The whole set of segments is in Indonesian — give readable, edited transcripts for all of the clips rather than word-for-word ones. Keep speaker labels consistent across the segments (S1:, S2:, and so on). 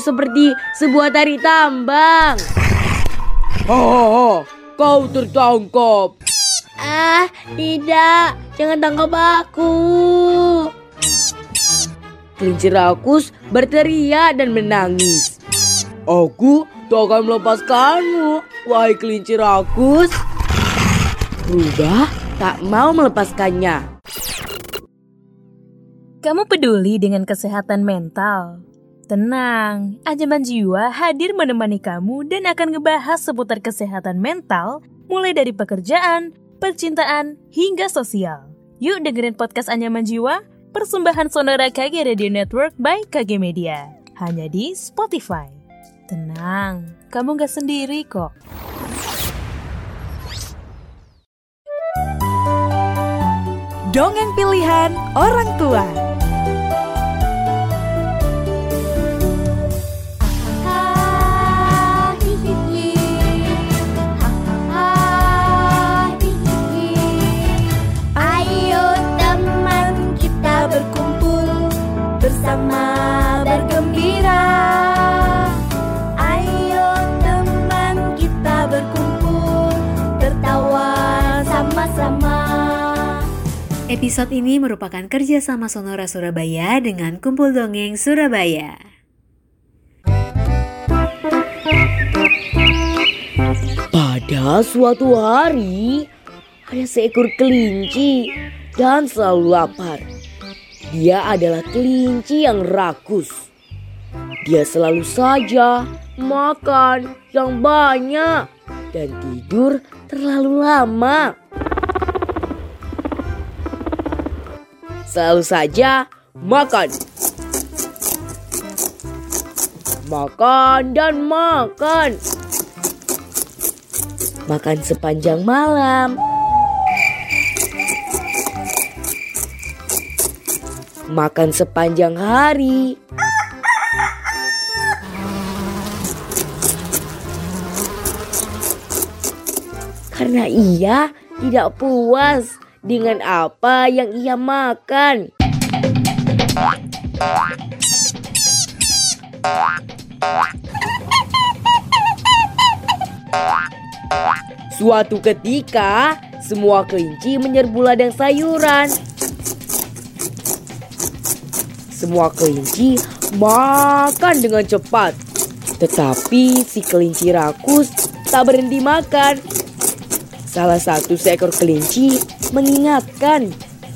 S1: seperti sebuah tari tambang.
S2: Hahaha, kau tertangkap.
S1: Ah, tidak, jangan tangkap aku. Kelinci rakus berteriak dan menangis.
S2: Aku tak akan melepaskanmu, wahai kelinci rakus.
S1: Rubah tak mau melepaskannya.
S3: Kamu peduli dengan kesehatan mental? Tenang, Anyaman Jiwa hadir menemani kamu dan akan ngebahas seputar kesehatan mental, mulai dari pekerjaan, percintaan, hingga sosial. Yuk dengerin podcast Anyaman Jiwa, persembahan Sonora KG Radio Network by KG Media. Hanya di Spotify. Tenang, kamu gak sendiri kok.
S4: Dongeng pilihan orang tua.
S5: Ayo teman kita berkumpul bersama bergembira. Ayo teman kita berkumpul tertawa sama-sama.
S4: Episode ini merupakan kerjasama Sonora Surabaya dengan Kumpul Dongeng Surabaya.
S1: Pada suatu hari, ada seekor kelinci dan selalu lapar. Dia adalah kelinci yang rakus. Dia selalu saja makan yang banyak dan tidur terlalu lama. Selalu saja makan. Makan dan makan. Makan sepanjang malam. Makan sepanjang hari. Karena ia tidak puas dengan apa yang ia makan. Suatu ketika, semua kelinci menyerbu ladang sayuran. Semua kelinci makan dengan cepat. Tetapi si kelinci rakus tak berhenti makan. Salah satu seekor kelinci mengingatkan,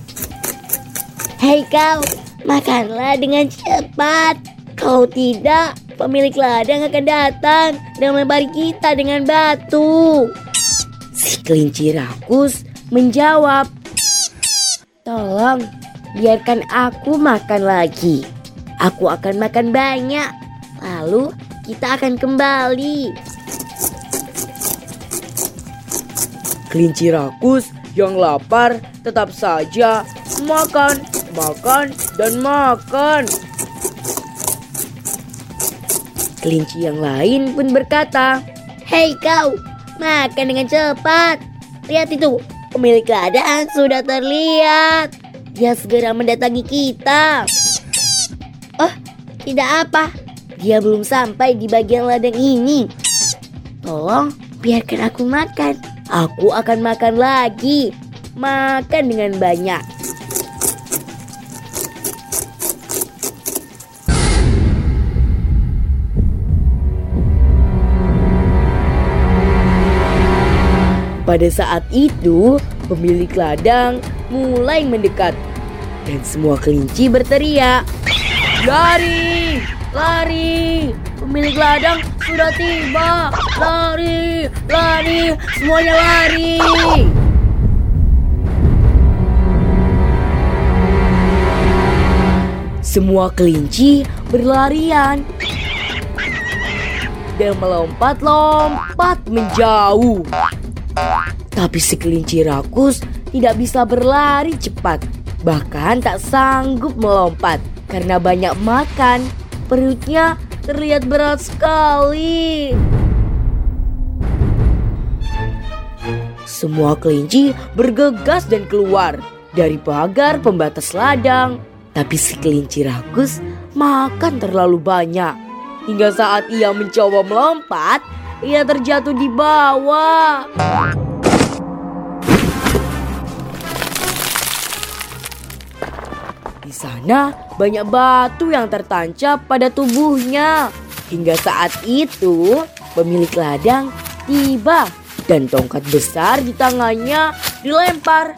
S1: "Hei kau, makanlah dengan cepat. Kalau tidak, pemilik ladang akan datang dan melempari kita dengan batu." Si kelinci rakus menjawab, "Tolong, biarkan aku makan lagi. Aku akan makan banyak, lalu kita akan kembali."
S2: Kelinci rakus yang lapar tetap saja makan, makan, dan makan.
S1: Kelinci yang lain pun berkata, "Hei kau, makan dengan cepat. Lihat itu, pemilik ladang sudah terlihat. Dia segera mendatangi kita." "Oh, tidak apa. Dia belum sampai di bagian ladang ini. Tolong, biarkan aku makan. Aku akan makan lagi. Makan dengan banyak." Pada saat itu, pemilik ladang mulai mendekat dan semua kelinci berteriak, "Lari! Lari! Pemilik ladang sudah tiba! Lari! Lari! Semuanya lari!" Semua kelinci berlarian dan melompat-lompat menjauh. Tapi si kelinci rakus tidak bisa berlari cepat, bahkan tak sanggup melompat karena banyak makan. Perutnya terlihat berat sekali. Semua kelinci bergegas dan keluar dari pagar pembatas ladang. Tapi si kelinci rakus makan terlalu banyak.
S2: Hingga saat ia mencoba melompat, ia terjatuh di bawah. Di sana banyak batu yang tertancap pada tubuhnya. Hingga saat itu pemilik ladang tiba dan tongkat besar di tangannya dilempar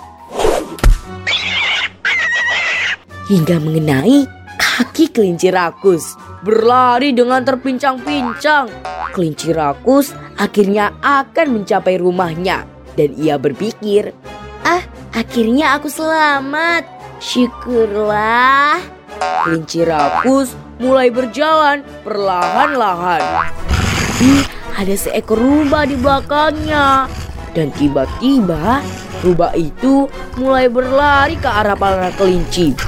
S2: hingga mengenai kaki kelinci rakus. Berlari dengan terpincang-pincang, kelinci rakus akhirnya akan mencapai rumahnya. Dan ia berpikir, akhirnya aku selamat. Syukurlah. Kelinci rakus mulai berjalan perlahan-lahan. Tapi ada seekor rubah di belakangnya. Dan tiba-tiba rubah itu mulai berlari ke arah para kelinci.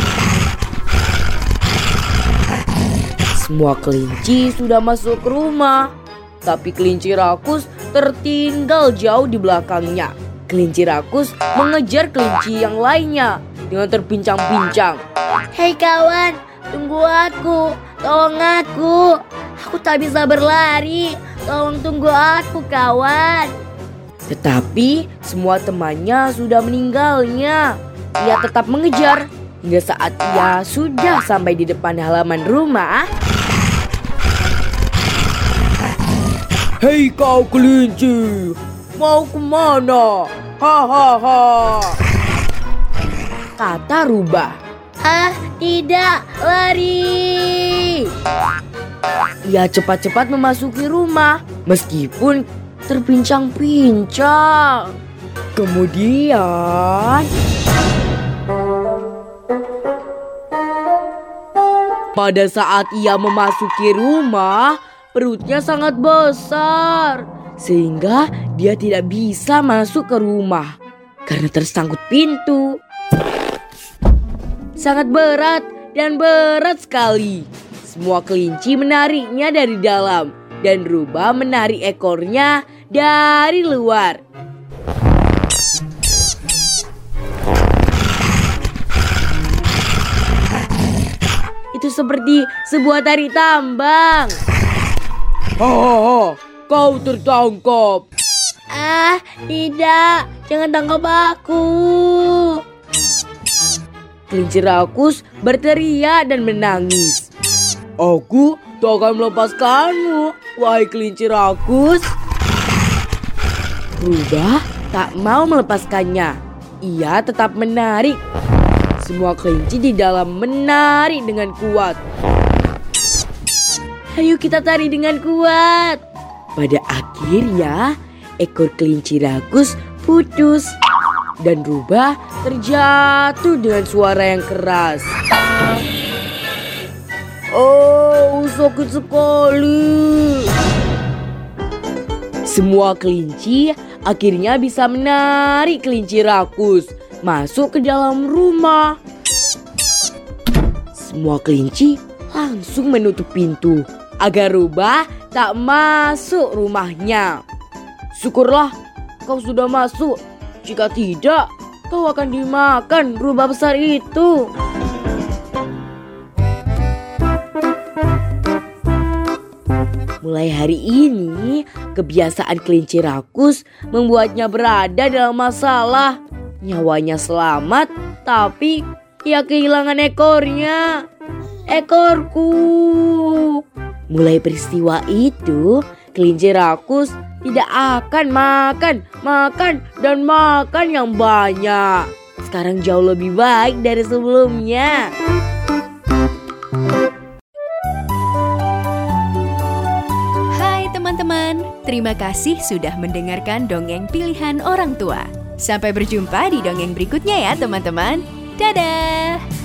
S2: Semua kelinci sudah masuk ke rumah, tapi kelinci rakus tertinggal jauh di belakangnya. Kelinci rakus mengejar kelinci yang lainnya dengan terpincang-pincang.
S1: Hei kawan, tunggu aku, tolong aku. Aku tak bisa berlari, tolong tunggu aku kawan.
S2: Tetapi semua temannya sudah meninggalnya. Ia tetap mengejar hingga saat ia sudah sampai di depan halaman rumah. Hei kau kelinci, mau kemana? Hahaha, kata rubah.
S1: Tidak, lari.
S2: Ia cepat-cepat memasuki rumah meskipun terpincang-pincang. Kemudian pada saat ia memasuki rumah, perutnya sangat besar sehingga dia tidak bisa masuk ke rumah karena tersangkut pintu. Sangat berat dan berat sekali. Semua kelinci menariknya dari dalam dan rubah menarik ekornya dari luar. Itu seperti sebuah tarik tambang. Hahaha, kau tertangkap.
S1: Tidak, jangan tangkap aku.
S2: Kelinci rakus berteriak dan menangis. Aku tak akan melepaskanmu, wahai kelinci rakus. Rubah tak mau melepaskannya. Ia tetap menarik. Semua kelinci di dalam menarik dengan kuat. Ayo kita tarik dengan kuat. Pada akhirnya ekor kelinci rakus putus dan rubah terjatuh dengan suara yang keras. Oh, sakit sekali. Semua kelinci akhirnya bisa menarik kelinci rakus masuk ke dalam rumah. Semua kelinci langsung menutup pintu agar rubah tak masuk rumahnya. Syukurlah kau sudah masuk. Jika tidak, kau akan dimakan rubah besar itu. Mulai hari ini, kebiasaan kelinci rakus membuatnya berada dalam masalah. Nyawanya selamat, tapi ia kehilangan ekornya. Ekorku. Mulai peristiwa itu, kelinci rakus tidak akan makan yang banyak. Sekarang jauh lebih baik dari sebelumnya.
S4: Hai teman-teman, terima kasih sudah mendengarkan dongeng pilihan orang tua. Sampai berjumpa di dongeng berikutnya ya teman-teman. Dadah!